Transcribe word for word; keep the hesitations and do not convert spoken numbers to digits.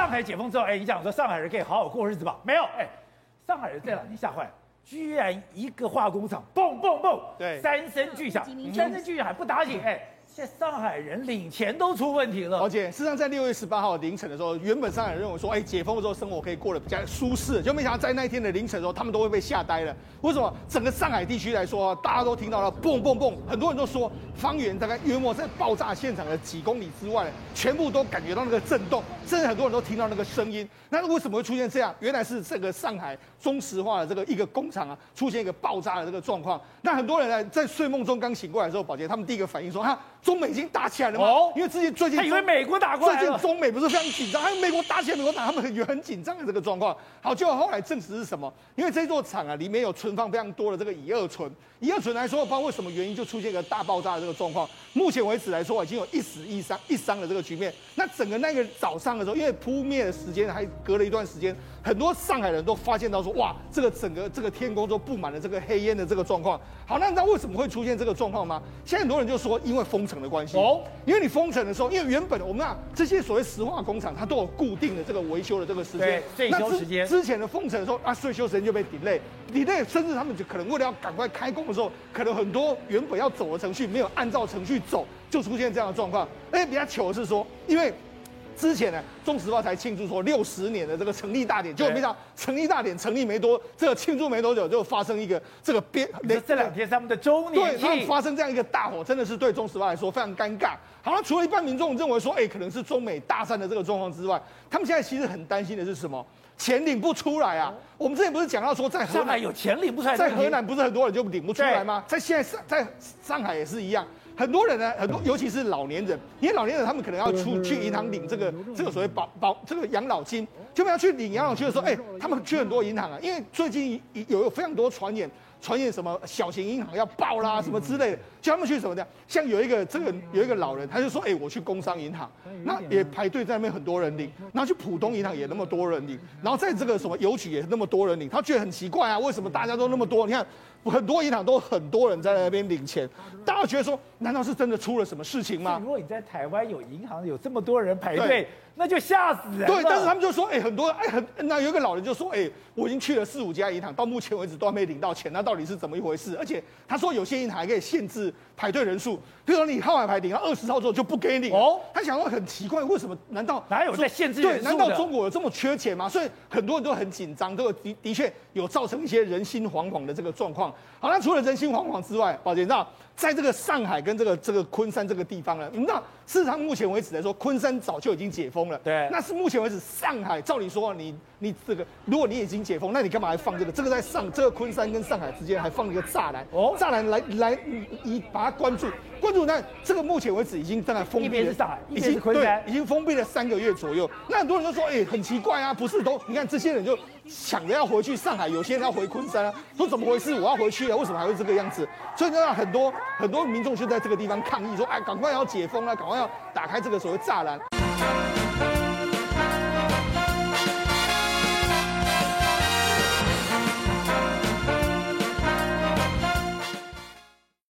上海解封之后，哎，你讲说上海人可以好好过日子吧？没有，哎，上海人这两天吓坏了。居然一个化工厂，嘣嘣嘣， 对， 三声巨响，三声巨响还不打紧，哎，现在上海人领钱都出问题了。 而且事实上，在六月十八号凌晨的时候，原本上海人认为说，哎，解封的时候生活可以过得比较舒适，就没想到在那一天的凌晨的时候，他们都会被吓呆了。为什么？整个上海地区来说，大家都听到了嘣嘣嘣，很多人都说，方圆大概约莫在爆炸现场的几公里之外，全部都感觉到那个震动，甚至很多人都听到那个声音。那为什么会出现这样？原来是这个上海中石化的这个一个工厂啊，出现一个爆炸的这个状况。那很多人呢，在睡梦中刚醒过来的时候，宝洁他们第一个反应说，哈，中美已经打起来了吗？哦，因为之前最近他以为美国打过来了， 最近中美不是非常紧张，还有美国打起来，美国打，他们也很紧张的这个状况。好，结果后来证实是什么？因为这座厂啊，里面有存放非常多的这个乙二醇，乙二醇来说，不知道为什么原因就出现一个大爆炸的这个状况。目前为止来说，已经有一死一伤一伤的这个局面。那整个那个早上的时候，因为扑灭的时间还隔了一段时间，很多上海人都发现到说，哇，这个整个这个天空都布满了这个黑烟的这个状况。好，那你知道为什么会出现这个状况吗？现在很多人就说，因为封城的关系。哦，因为你封城的时候，因为原本我们啊这些所谓石化工厂，它都有固定的这个维修的这个时间， 对，税休时间。 之前的封城的时候啊，税休时间就被 delay，delay， 甚至他们就可能为了要赶快开工的时候，可能很多原本要走的程序没有按照程序走，就出现这样的状况。而且比较糗的是说，因为之前呢，中石化才庆祝说六十年的这个成立大典，结果没想到成立大典成立没多，这个庆祝没多久就发生一个这个边， 这两天是他们的周年庆， 对，他们发生这样一个大火，真的是对中石化来说非常尴尬。好了，除了一般民众认为说，哎、欸，可能是中美大战的这个状况之外，他们现在其实很担心的是什么？钱领不出来啊！我们之前不是讲到说，在河南有钱领不出来， 在河南不是很多人就领不出来吗？在现在上在上海也是一样。很多人呢，很多尤其是老年人，因为老年人他们可能要出去银行领这个这个所谓保保这个养老金，就没有去领养老金的时候，哎、欸，他们去很多银行啊，因为最近有有非常多传言。传言什么小型银行要爆啦，什么之类的，叫他们去什么的。像有一个这个有一个老人，他就说：“哎、欸，我去工商银行，那也排队在那边很多人领，然后去浦东银行也那么多人领，然后在这个什么邮局也那么多人领，他觉得很奇怪啊，为什么大家都那么多？你看很多银行都很多人在那边领钱，大家觉得说，难道是真的出了什么事情吗？ 如果你在台湾有银行有这么多人排队，那就吓死人了。 对，但是他们就说：哎、欸，很多哎、欸、很那有一个老人就说：哎、欸，我已经去了四五家银行，到目前为止都还没领到钱，那到底是怎么一回事？而且他说有些银行还可以限制排队人数，比如说你号码牌领到二十号之后就不给你领。哦，他想说很奇怪，为什么？难道哪有在限制人数的？ 对，难道中国有这么缺钱吗？所以很多人都很紧张，这个的的确有造成一些人心惶惶的这个状况。好，那除了人心惶惶之外，宝姐，你知道，在这个上海跟这个这个昆山这个地方呢，你知道，事实上目前为止来说，昆山早就已经解封了。 对， 那是目前为止上海，照理说你你这个，如果你已经解封，那你干嘛还放这个？这个在上这个昆山跟上海之间还放了一个栅栏，哦，栅栏来来以把它关住，关住。那这个目前为止已经大概封闭了， 一边是上海， 已经对，已经封闭了三个月左右。那很多人就说，哎、欸，很奇怪啊，不是都你看这些人就抢着要回去上海，有些人要回昆山啊，说怎么回事？我要回去了，为什么还会这个样子？所以呢，很多很多民众就在这个地方抗议说，哎，赶快要解封了，赶快要打开这个所谓栅栏。